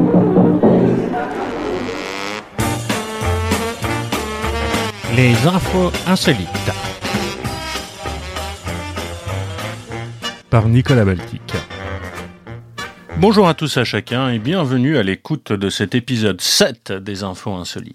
Les infos insolites par Nicolas Baltic. Bonjour à tous, à chacun, et bienvenue à l'écoute de cet épisode 7 des infos insolites.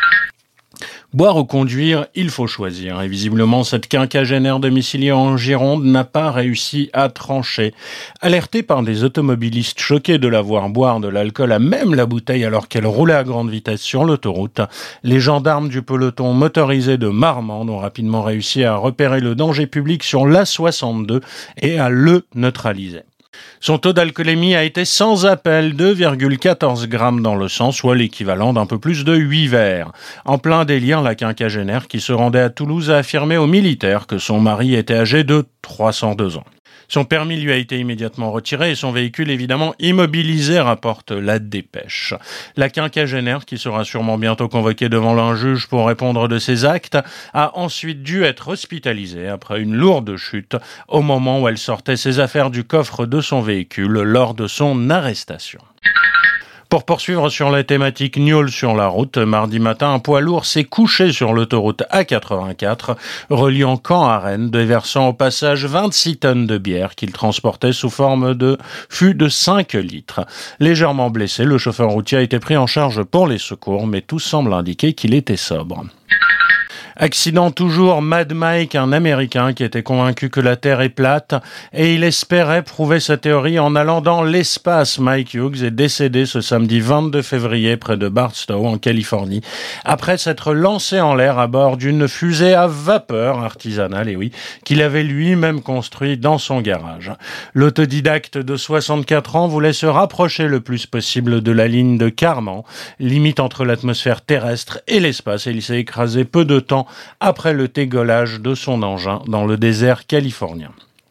Boire ou conduire, il faut choisir. Et visiblement, cette quinquagénaire domiciliée en Gironde n'a pas réussi à trancher. Alertée par des automobilistes choqués de la voir boire de l'alcool à même la bouteille alors qu'elle roulait à grande vitesse sur l'autoroute, les gendarmes du peloton motorisé de Marmande ont rapidement réussi à repérer le danger public sur l'A62 et à le neutraliser. Son taux d'alcoolémie a été sans appel, 2,14 grammes dans le sang, soit l'équivalent d'un peu plus de 8 verres. En plein délire, la quinquagénaire qui se rendait à Toulouse a affirmé aux militaires que son mari était âgé de 302 ans. Son permis lui a été immédiatement retiré et son véhicule évidemment immobilisé, rapporte la Dépêche. La quinquagénaire, qui sera sûrement bientôt convoquée devant un juge pour répondre de ses actes, a ensuite dû être hospitalisée après une lourde chute au moment où elle sortait ses affaires du coffre de son véhicule lors de son arrestation. Pour poursuivre sur la thématique gnôle sur la route, mardi matin, un poids lourd s'est couché sur l'autoroute A84, reliant Caen à Rennes, déversant au passage 26 tonnes de bière qu'il transportait sous forme de fût de 5 litres. Légèrement blessé, le chauffeur routier a été pris en charge pour les secours, mais tout semble indiquer qu'il était sobre. Accident toujours, Mad Mike, un Américain qui était convaincu que la Terre est plate et il espérait prouver sa théorie en allant dans l'espace. Mike Hughes est décédé ce samedi 22 février près de Barstow en Californie après s'être lancé en l'air à bord d'une fusée à vapeur artisanale, et oui, qu'il avait lui-même construit dans son garage. L'autodidacte de 64 ans voulait se rapprocher le plus possible de la ligne de Kármán, limite entre l'atmosphère terrestre et l'espace, et il s'est écrasé peu de temps après le dégolage de son engin dans le désert californien.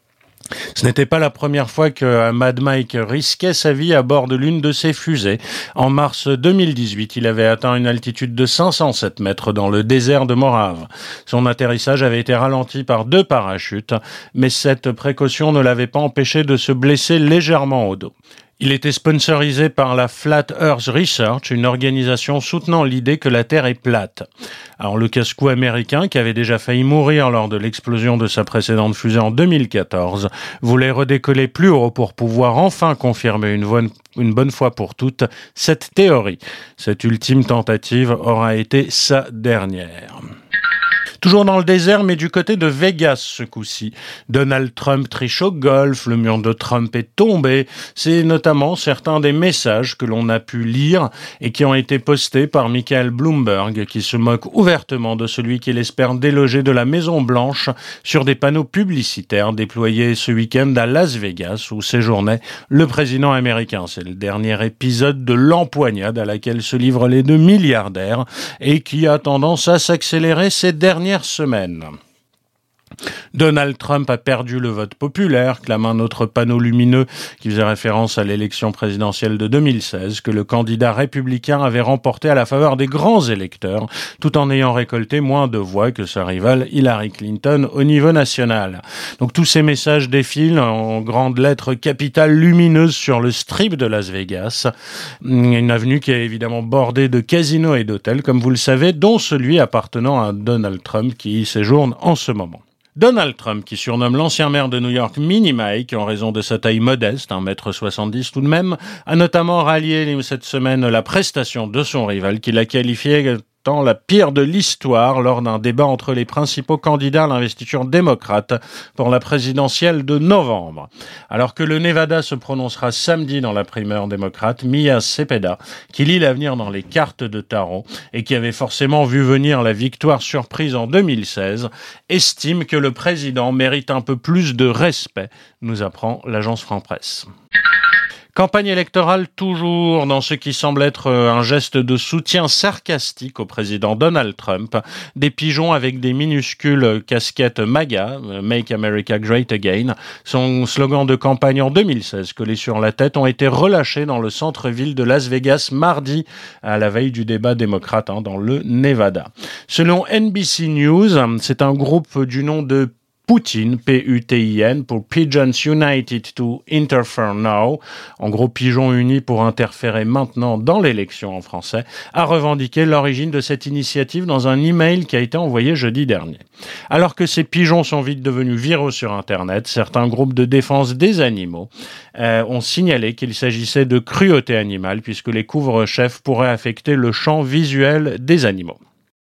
Ce n'était pas la première fois que Mad Mike risquait sa vie à bord de l'une de ses fusées. En mars 2018, il avait atteint une altitude de 507 mètres dans le désert de Morave. Son atterrissage avait été ralenti par 2 parachutes, mais cette précaution ne l'avait pas empêché de se blesser légèrement au dos. Il était sponsorisé par la Flat Earth Research, une organisation soutenant l'idée que la Terre est plate. Alors le casse-cou américain, qui avait déjà failli mourir lors de l'explosion de sa précédente fusée en 2014, voulait redécoller plus haut pour pouvoir enfin confirmer une bonne fois pour toutes cette théorie. Cette ultime tentative aura été sa dernière. Toujours dans le désert, mais du côté de Vegas ce coup-ci. Donald Trump triche au golf, le mur de Trump est tombé. C'est notamment certains des messages que l'on a pu lire et qui ont été postés par Michael Bloomberg, qui se moque ouvertement de celui qu'il espère déloger de la Maison-Blanche sur des panneaux publicitaires déployés ce week-end à Las Vegas, où séjournait le président américain. C'est le dernier épisode de l'empoignade à laquelle se livrent les 2 milliardaires et qui a tendance à s'accélérer ces dernières semaines. Donald Trump a perdu le vote populaire, clame un autre panneau lumineux qui faisait référence à l'élection présidentielle de 2016 que le candidat républicain avait remporté à la faveur des grands électeurs, tout en ayant récolté moins de voix que sa rivale Hillary Clinton au niveau national. Donc tous ces messages défilent en grandes lettres capitales lumineuses sur le strip de Las Vegas, une avenue qui est évidemment bordée de casinos et d'hôtels, comme vous le savez, dont celui appartenant à Donald Trump qui y séjourne en ce moment. Donald Trump, qui surnomme l'ancien maire de New York Mini Mike en raison de sa taille modeste, 1,70 m tout de même, a notamment rallié cette semaine la prestation de son rival qu'il a qualifié la pire de l'histoire lors d'un débat entre les principaux candidats à l'investiture démocrate pour la présidentielle de novembre. Alors que le Nevada se prononcera samedi dans la primaire démocrate, Mia Cepeda, qui lit l'avenir dans les cartes de tarot et qui avait forcément vu venir la victoire surprise en 2016, estime que le président mérite un peu plus de respect, nous apprend l'agence France-Presse. Campagne électorale toujours dans ce qui semble être un geste de soutien sarcastique au président Donald Trump. Des pigeons avec des minuscules casquettes MAGA, Make America Great Again, son slogan de campagne en 2016 collé sur la tête, ont été relâchés dans le centre-ville de Las Vegas mardi, à la veille du débat démocrate dans le Nevada. Selon NBC News, c'est un groupe du nom de Poutine, P-U-T-I-N, pour Pigeons United to Interfere Now, en gros Pigeons unis pour interférer maintenant dans l'élection en français, a revendiqué l'origine de cette initiative dans un email qui a été envoyé jeudi dernier. Alors que ces pigeons sont vite devenus viraux sur Internet, certains groupes de défense des animaux ont signalé qu'il s'agissait de cruauté animale puisque les couvre-chefs pourraient affecter le champ visuel des animaux.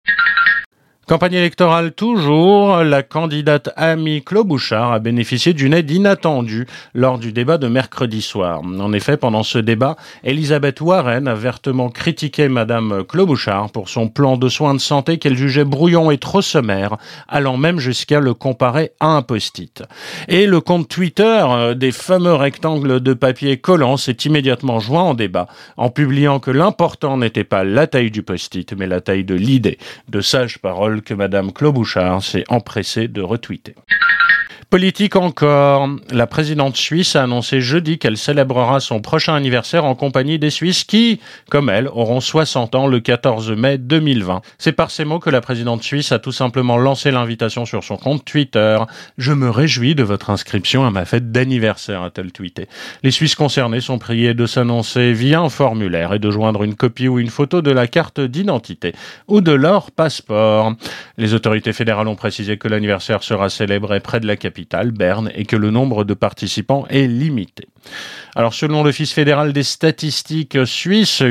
Campagne électorale toujours, la candidate Amy Klobuchar a bénéficié d'une aide inattendue lors du débat de mercredi soir. En effet, pendant ce débat, Elizabeth Warren a vertement critiqué Madame Klobuchar pour son plan de soins de santé qu'elle jugeait brouillon et trop sommaire, allant même jusqu'à le comparer à un post-it. Et le compte Twitter des fameux rectangles de papier collant s'est immédiatement joint en débat, en publiant que l'important n'était pas la taille du post-it, mais la taille de l'idée. De sages paroles que Madame Klobuchar s'est empressée de retweeter. Politique encore. La présidente suisse a annoncé jeudi qu'elle célébrera son prochain anniversaire en compagnie des Suisses qui, comme elle, auront 60 ans le 14 mai 2020. C'est par ces mots que la présidente suisse a tout simplement lancé l'invitation sur son compte Twitter. « Je me réjouis de votre inscription à ma fête d'anniversaire », a-t-elle tweeté. Les Suisses concernés sont priés de s'annoncer via un formulaire et de joindre une copie ou une photo de la carte d'identité ou de leur passeport. Les autorités fédérales ont précisé que l'anniversaire sera célébré près de la capitale, Berne, et que le nombre de participants est limité. Alors, selon l'Office fédéral des statistiques suisses,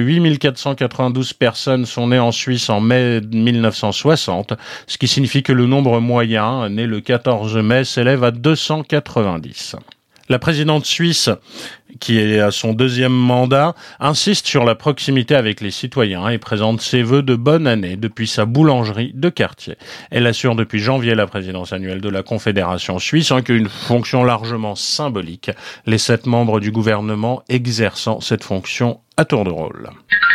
8492 personnes sont nées en Suisse en mai 1960, ce qui signifie que le nombre moyen, né le 14 mai, s'élève à 290. La présidente suisse, qui est à son deuxième mandat, insiste sur la proximité avec les citoyens et présente ses vœux de bonne année depuis sa boulangerie de quartier. Elle assure depuis janvier la présidence annuelle de la Confédération suisse, qu'une fonction largement symbolique, les 7 membres du gouvernement exerçant cette fonction à tour de rôle.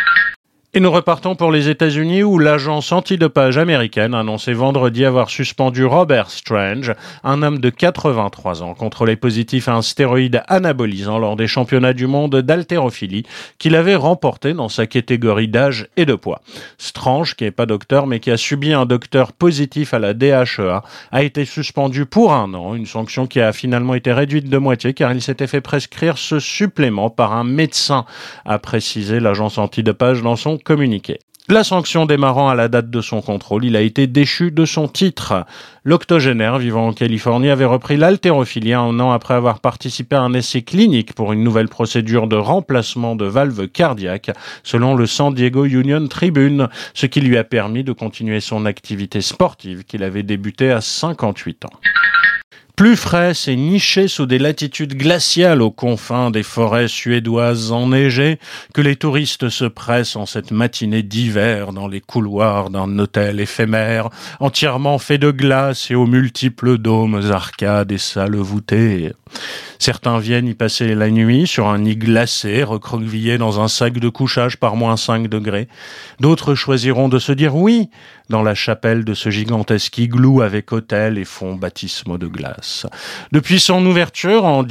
Et nous repartons pour les États-Unis où l'agence antidopage américaine a annoncé vendredi avoir suspendu Robert Strange, un homme de 83 ans, contrôlé positif à un stéroïde anabolisant lors des championnats du monde d'haltérophilie qu'il avait remporté dans sa catégorie d'âge et de poids. Strange, qui n'est pas docteur mais qui a subi un docteur positif à la DHEA, a été suspendu pour 1 an, une sanction qui a finalement été réduite de moitié car il s'était fait prescrire ce supplément par un médecin, a précisé l'agence antidopage dans son communiqué. La sanction démarrant à la date de son contrôle, il a été déchu de son titre. L'octogénaire vivant en Californie avait repris l'haltérophilie 1 an après avoir participé à un essai clinique pour une nouvelle procédure de remplacement de valve cardiaque, selon le San Diego Union Tribune, ce qui lui a permis de continuer son activité sportive qu'il avait débutée à 58 ans. Plus frais, c'est niché sous des latitudes glaciales aux confins des forêts suédoises enneigées que les touristes se pressent en cette matinée d'hiver dans les couloirs d'un hôtel éphémère, entièrement fait de glace et aux multiples dômes, arcades et salles voûtées. Certains viennent y passer la nuit sur un nid glacé, recroquevillé dans un sac de couchage par -5 degrés. D'autres choisiront de se dire oui dans la chapelle de ce gigantesque igloo avec hôtel et fonds baptismaux de glace. Depuis son ouverture en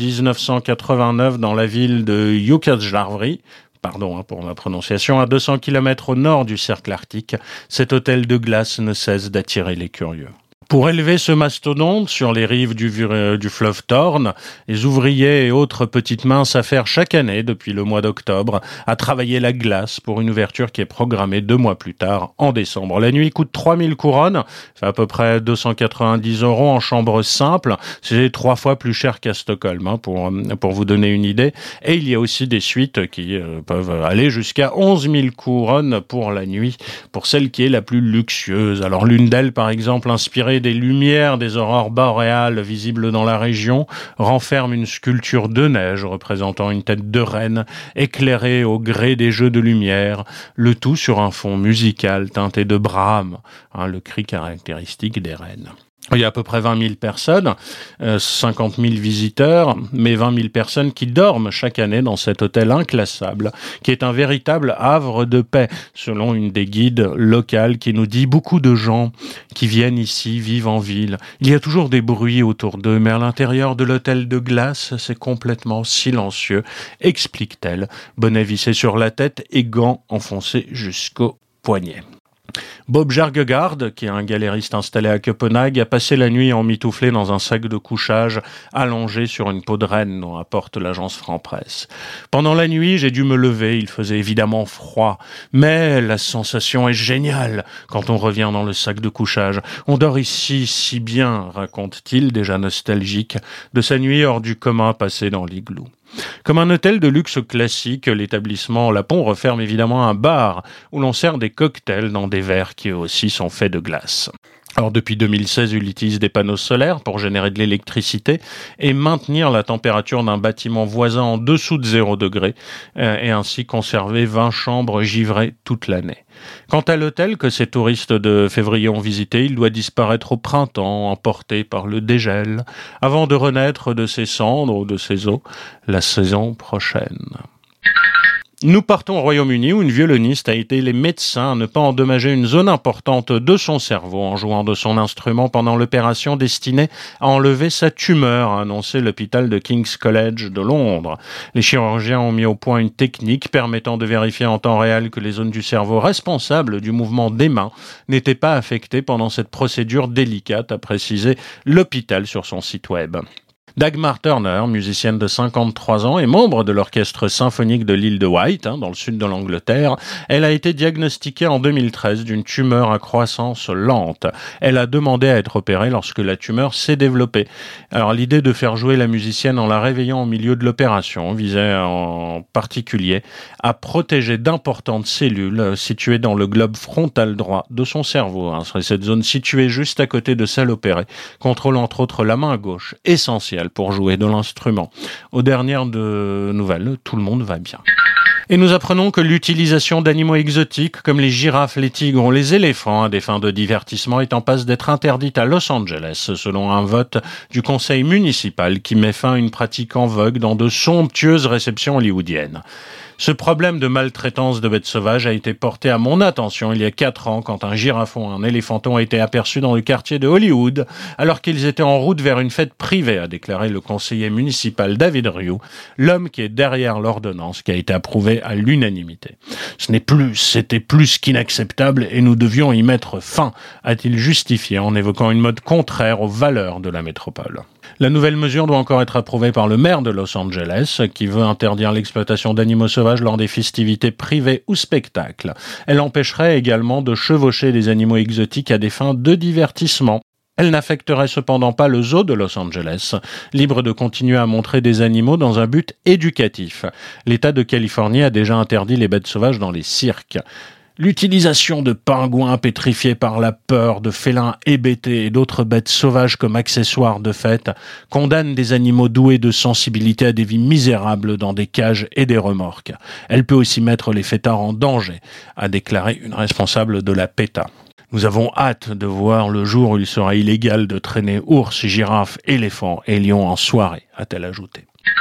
1989 dans la ville de Jukkasjärvi, pardon pour ma prononciation, à 200 km au nord du cercle arctique, cet hôtel de glace ne cesse d'attirer les curieux. Pour élever ce mastodonte sur les rives du fleuve Torne, les ouvriers et autres petites mains s'affairent chaque année, depuis le mois d'octobre, à travailler la glace pour une ouverture qui est programmée 2 mois plus tard, en décembre. La nuit coûte 3000 couronnes, c'est à peu près 290 € en chambre simple. C'est 3 fois plus cher qu'à Stockholm, pour vous donner une idée. Et il y a aussi des suites qui peuvent aller jusqu'à 11 000 couronnes pour la nuit, pour celle qui est la plus luxueuse. Alors l'une d'elles, par exemple, inspirée des lumières des aurores boréales visibles dans la région, renferme une sculpture de neige représentant une tête de reine éclairée au gré des jeux de lumière, le tout sur un fond musical teinté de Brahms, le cri caractéristique des reines. Il y a à peu près 20 000 personnes, 50 000 visiteurs, mais 20 000 personnes qui dorment chaque année dans cet hôtel inclassable, qui est un véritable havre de paix, selon une des guides locales qui nous dit « Beaucoup de gens qui viennent ici vivent en ville. Il y a toujours des bruits autour d'eux, mais à l'intérieur de l'hôtel de glace, c'est complètement silencieux », explique-t-elle, bonnet vissé sur la tête et gants enfoncés jusqu'au poignet. Bob Jergegaard, qui est un galériste installé à Copenhague, a passé la nuit emmitouflé dans un sac de couchage allongé sur une peau de renne dont apporte l'agence Franpresse. Pendant la nuit, j'ai dû me lever, il faisait évidemment froid, mais la sensation est géniale quand on revient dans le sac de couchage. On dort ici si bien, raconte-t-il, déjà nostalgique, de sa nuit hors du commun passée dans l'igloo. Comme un hôtel de luxe classique, l'établissement Lapon referme évidemment un bar où l'on sert des cocktails dans des verres qui eux aussi sont faits de glace. Alors depuis 2016, il utilise des panneaux solaires pour générer de l'électricité et maintenir la température d'un bâtiment voisin en dessous de 0 degré et ainsi conserver 20 chambres givrées toute l'année. Quant à l'hôtel que ces touristes de février ont visité, il doit disparaître au printemps, emporté par le dégel, avant de renaître de ses cendres ou de ses os la saison prochaine. Nous partons au Royaume-Uni où une violoniste a été les médecins à ne pas endommager une zone importante de son cerveau en jouant de son instrument pendant l'opération destinée à enlever sa tumeur, a annoncé l'hôpital de King's College de Londres. Les chirurgiens ont mis au point une technique permettant de vérifier en temps réel que les zones du cerveau responsables du mouvement des mains n'étaient pas affectées pendant cette procédure délicate, a précisé l'hôpital sur son site web. Dagmar Turner, musicienne de 53 ans et membre de l'orchestre symphonique de l'île de Wight, dans le sud de l'Angleterre, elle a été diagnostiquée en 2013 d'une tumeur à croissance lente. Elle a demandé à être opérée lorsque la tumeur s'est développée. Alors l'idée de faire jouer la musicienne en la réveillant au milieu de l'opération visait en particulier à protéger d'importantes cellules situées dans le globe frontal droit de son cerveau. Cette zone située juste à côté de celle opérée contrôle entre autres la main gauche, essentielle pour jouer de l'instrument. Aux dernières nouvelles, tout le monde va bien. Et nous apprenons que l'utilisation d'animaux exotiques comme les girafes, les tigres ou les éléphants à des fins de divertissement est en passe d'être interdite à Los Angeles, selon un vote du conseil municipal qui met fin à une pratique en vogue dans de somptueuses réceptions hollywoodiennes. Ce problème de maltraitance de bêtes sauvages a été porté à mon attention il y a 4 ans quand un girafon et un éléphanton ont été aperçus dans le quartier de Hollywood alors qu'ils étaient en route vers une fête privée, a déclaré le conseiller municipal David Ryu, l'homme qui est derrière l'ordonnance qui a été approuvée à l'unanimité. C'était plus qu'inacceptable et nous devions y mettre fin, a-t-il justifié en évoquant une mode contraire aux valeurs de la métropole. La nouvelle mesure doit encore être approuvée par le maire de Los Angeles, qui veut interdire l'exploitation d'animaux sauvages lors des festivités privées ou spectacles. Elle empêcherait également de chevaucher des animaux exotiques à des fins de divertissement. Elle n'affecterait cependant pas le zoo de Los Angeles, libre de continuer à montrer des animaux dans un but éducatif. L'État de Californie a déjà interdit les bêtes sauvages dans les cirques. L'utilisation de pingouins pétrifiés par la peur, de félins hébétés et d'autres bêtes sauvages comme accessoires de fête condamne des animaux doués de sensibilité à des vies misérables dans des cages et des remorques. Elle peut aussi mettre les fêtards en danger, a déclaré une responsable de la PETA. Nous avons hâte de voir le jour où il sera illégal de traîner ours, girafes, éléphants et lions en soirée, a-t-elle ajouté.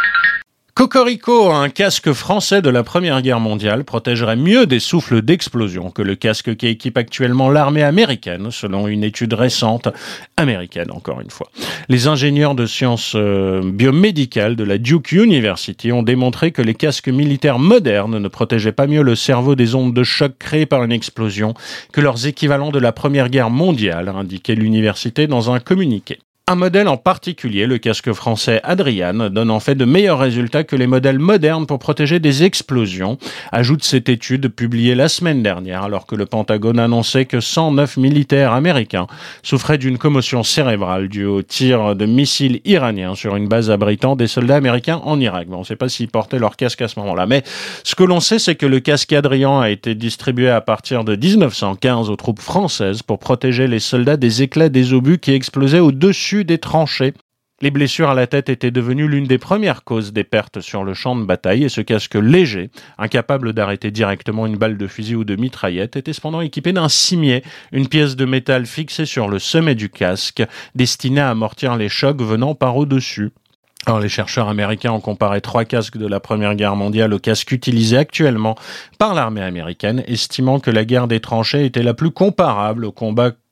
Cocorico, un casque français de la Première Guerre mondiale, protégerait mieux des souffles d'explosion que le casque qui équipe actuellement l'armée américaine, selon une étude récente, américaine encore une fois. Les ingénieurs de sciences biomédicales de la Duke University ont démontré que les casques militaires modernes ne protégeaient pas mieux le cerveau des ondes de choc créées par une explosion que leurs équivalents de la Première Guerre mondiale, a indiqué l'université dans un communiqué. Un modèle en particulier, le casque français Adrian, donne en fait de meilleurs résultats que les modèles modernes pour protéger des explosions, ajoute cette étude publiée la semaine dernière alors que le Pentagone annonçait que 109 militaires américains souffraient d'une commotion cérébrale due au tir de missiles iraniens sur une base abritant des soldats américains en Irak. Bon, on ne sait pas s'ils portaient leur casque à ce moment-là, mais ce que l'on sait, c'est que le casque Adrian a été distribué à partir de 1915 aux troupes françaises pour protéger les soldats des éclats des obus qui explosaient au-dessus des tranchées. Les blessures à la tête étaient devenues l'une des premières causes des pertes sur le champ de bataille et ce casque léger, incapable d'arrêter directement une balle de fusil ou de mitraillette, était cependant équipé d'un cimier, une pièce de métal fixée sur le sommet du casque, destinée à amortir les chocs venant par au-dessus. Alors, les chercheurs américains ont comparé 3 casques de la Première Guerre mondiale aux casques utilisés actuellement par l'armée américaine, estimant que la guerre des tranchées était la plus comparable au combat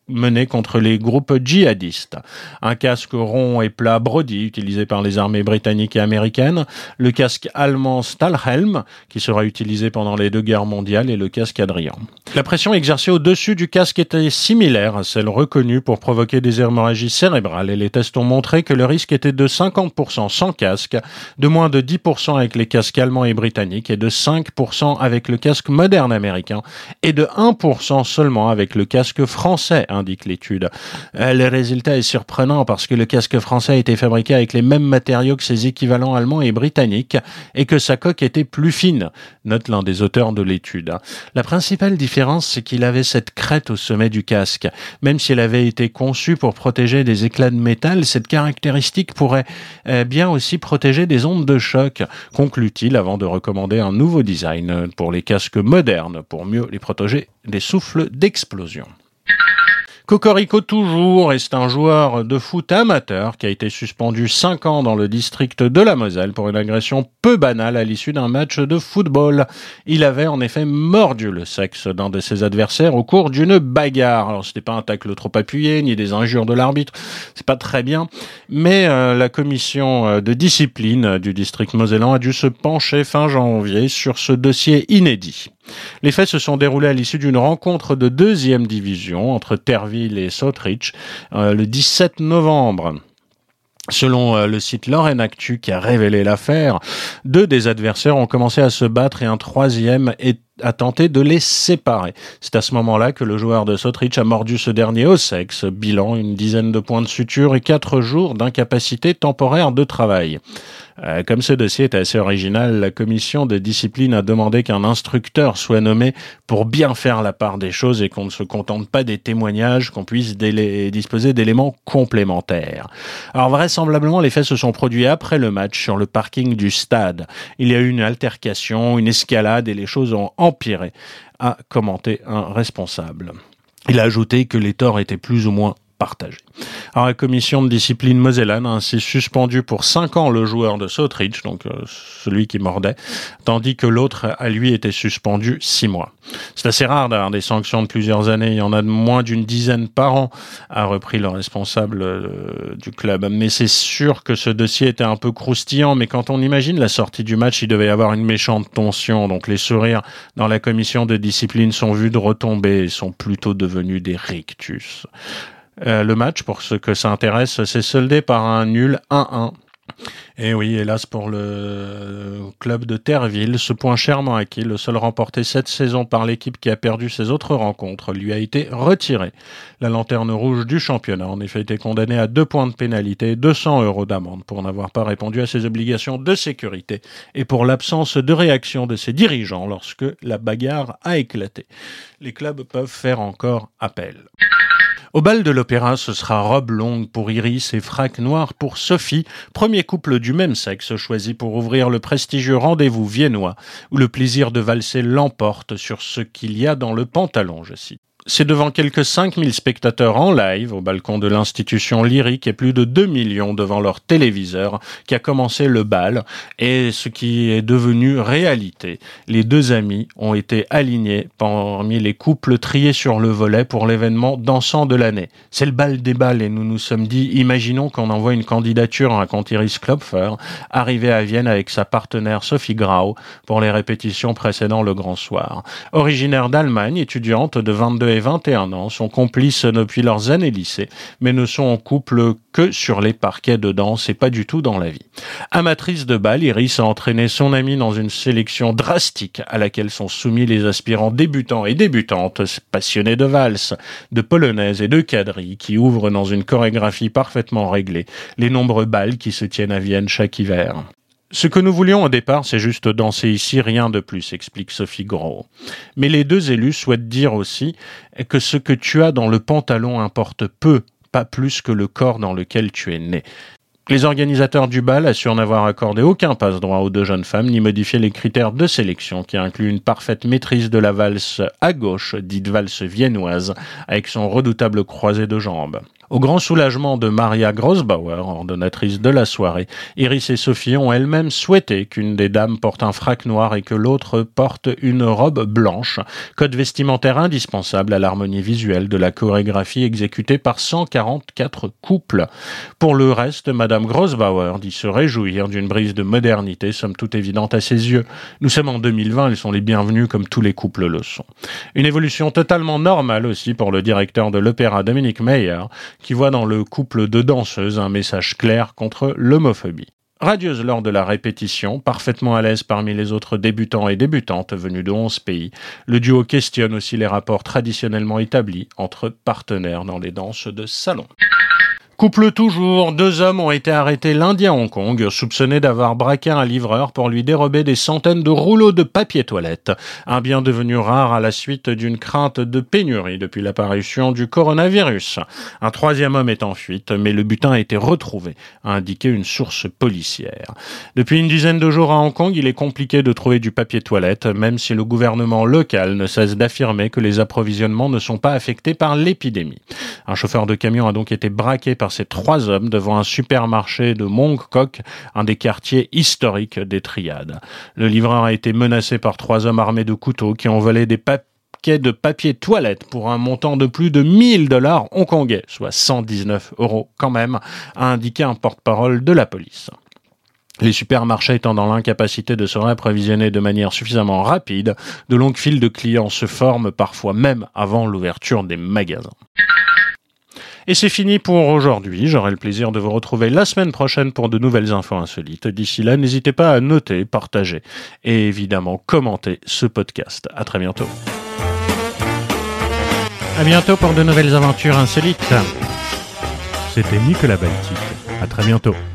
menée contre les groupes djihadistes. Un casque rond et plat Brody utilisé par les armées britanniques et américaines, le casque allemand Stahlhelm qui sera utilisé pendant les 2 guerres mondiales et le casque Adrian. La pression exercée au-dessus du casque était similaire à celle reconnue pour provoquer des hémorragies cérébrales et les tests ont montré que le risque était de 50% sans casque, de moins de 10% avec les casques allemands et britanniques et de 5% avec le casque moderne américain et de 1% seulement avec le casque français, indique l'étude. Le résultat est surprenant parce que le casque français a été fabriqué avec les mêmes matériaux que ses équivalents allemands et britanniques et que sa coque était plus fine, note l'un des auteurs de l'étude. La principale différence, c'est qu'il avait cette crête au sommet du casque. Même si elle avait été conçue pour protéger des éclats de métal, cette caractéristique pourrait bien aussi protéger des ondes de choc, conclut-il avant de recommander un nouveau design pour les casques modernes pour mieux les protéger des souffles d'explosion. Cocorico toujours, et c'est un joueur de foot amateur qui a été suspendu 5 ans dans le district de la Moselle pour une agression peu banale à l'issue d'un match de football. Il avait en effet mordu le sexe d'un de ses adversaires au cours d'une bagarre. Alors c'était pas un tacle trop appuyé, ni des injures de l'arbitre, c'est pas très bien, mais la commission de discipline du district mosellan a dû se pencher fin janvier sur ce dossier inédit. Les faits se sont déroulés à l'issue d'une rencontre de 2e division entre Terville et Southridge le 17 novembre. Selon le site Lorraine Actu qui a révélé l'affaire, 2 des adversaires ont commencé à se battre et un 3e a tenté de les séparer. C'est à ce moment-là que le joueur de Southridge a mordu ce dernier au sexe, bilan une dizaine de points de suture et 4 jours d'incapacité temporaire de travail. Comme ce dossier est assez original, la commission de discipline a demandé qu'un instructeur soit nommé pour bien faire la part des choses et qu'on ne se contente pas des témoignages, qu'on puisse disposer d'éléments complémentaires. Alors vraisemblablement, les faits se sont produits après le match sur le parking du stade. Il y a eu une altercation, une escalade et les choses ont empiré, a commenté un responsable. Il a ajouté que les torts étaient plus ou moins partagés. Alors la commission de discipline mosellane a ainsi suspendu pour 5 ans le joueur de Southridge, donc celui qui mordait, tandis que l'autre a lui été suspendu 6 mois. C'est assez rare d'avoir des sanctions de plusieurs années, il y en a de moins d'une dizaine par an, a repris le responsable du club. Mais c'est sûr que ce dossier était un peu croustillant, mais quand on imagine la sortie du match, il devait y avoir une méchante tension, donc les sourires dans la commission de discipline sont vus de retomber et sont plutôt devenus des rictus. Le match, pour ceux que ça intéresse, s'est soldé par un nul 1-1. Et oui, hélas pour le club de Terville, ce point chèrement acquis, le seul remporté cette saison par l'équipe qui a perdu ses autres rencontres, lui a été retiré. La lanterne rouge du championnat a en effet été condamnée à 2 points de pénalité et 200 € d'amende pour n'avoir pas répondu à ses obligations de sécurité et pour l'absence de réaction de ses dirigeants lorsque la bagarre a éclaté. Les clubs peuvent faire encore appel. Au bal de l'opéra, ce sera robe longue pour Iris et frac noir pour Sophie, premier couple du même sexe choisi pour ouvrir le prestigieux rendez-vous viennois, où le plaisir de valser l'emporte sur ce qu'il y a dans le pantalon, je cite. C'est devant quelques 5000 spectateurs en live au balcon de l'institution lyrique et plus de 2 millions devant leur téléviseur qu'a commencé le bal et ce qui est devenu réalité. Les 2 amis ont été alignés parmi les couples triés sur le volet pour l'événement dansant de l'année. C'est le bal des balles et nous nous sommes dit, imaginons qu'on envoie une candidature à un comte Iris Klopfer, arrivé à Vienne avec sa partenaire Sophie Grau pour les répétitions précédant le grand soir. Originaire d'Allemagne, étudiante de 22 et 21 ans, sont complices depuis leurs années lycée, mais ne sont en couple que sur les parquets de danse et pas du tout dans la vie. Amatrice de bal, Iris a entraîné son amie dans une sélection drastique à laquelle sont soumis les aspirants débutants et débutantes, passionnés de valse, de polonaise et de quadrille, qui ouvrent dans une chorégraphie parfaitement réglée les nombreux bals qui se tiennent à Vienne chaque hiver. Ce que nous voulions au départ, c'est juste danser ici, rien de plus, explique Sophie Gros. Mais les 2 élus souhaitent dire aussi que ce que tu as dans le pantalon importe peu, pas plus que le corps dans lequel tu es né. Les organisateurs du bal assurent n'avoir accordé aucun passe-droit aux 2 jeunes femmes, ni modifié les critères de sélection qui incluent une parfaite maîtrise de la valse à gauche, dite valse viennoise, avec son redoutable croisé de jambes. Au grand soulagement de Maria Grossbauer, ordonnatrice de la soirée, Iris et Sophie ont elles-mêmes souhaité qu'une des dames porte un frac noir et que l'autre porte une robe blanche, code vestimentaire indispensable à l'harmonie visuelle de la chorégraphie exécutée par 144 couples. Pour le reste, Madame Grossbauer dit se réjouir d'une brise de modernité, somme toute évidente à ses yeux. Nous sommes en 2020, elles sont les bienvenues comme tous les couples le sont. Une évolution totalement normale aussi pour le directeur de l'opéra Dominique Meyer, qui voit dans le couple de danseuses un message clair contre l'homophobie. Radieuse lors de la répétition, parfaitement à l'aise parmi les autres débutants et débutantes venus de 11 pays, le duo questionne aussi les rapports traditionnellement établis entre partenaires dans les danses de salon. Couple toujours, 2 hommes ont été arrêtés lundi à Hong Kong, soupçonnés d'avoir braqué un livreur pour lui dérober des centaines de rouleaux de papier toilette, un bien devenu rare à la suite d'une crainte de pénurie depuis l'apparition du coronavirus. Un 3e homme est en fuite, mais le butin a été retrouvé, a indiqué une source policière. Depuis une dizaine de jours à Hong Kong, il est compliqué de trouver du papier toilette, même si le gouvernement local ne cesse d'affirmer que les approvisionnements ne sont pas affectés par l'épidémie. Un chauffeur de camion a donc été braqué par ces 3 hommes devant un supermarché de Mong Kok, un des quartiers historiques des Triades. Le livreur a été menacé par 3 hommes armés de couteaux qui ont volé des paquets de papier toilette pour un montant de plus de $1000 hongkongais, soit 119 € quand même, a indiqué un porte-parole de la police. Les supermarchés étant dans l'incapacité de se réapprovisionner de manière suffisamment rapide, de longues files de clients se forment parfois même avant l'ouverture des magasins. Et c'est fini pour aujourd'hui. J'aurai le plaisir de vous retrouver la semaine prochaine pour de nouvelles infos insolites. D'ici là, n'hésitez pas à noter, partager et évidemment commenter ce podcast. À très bientôt. À bientôt pour de nouvelles aventures insolites. C'était Nicolas Baltic. À très bientôt.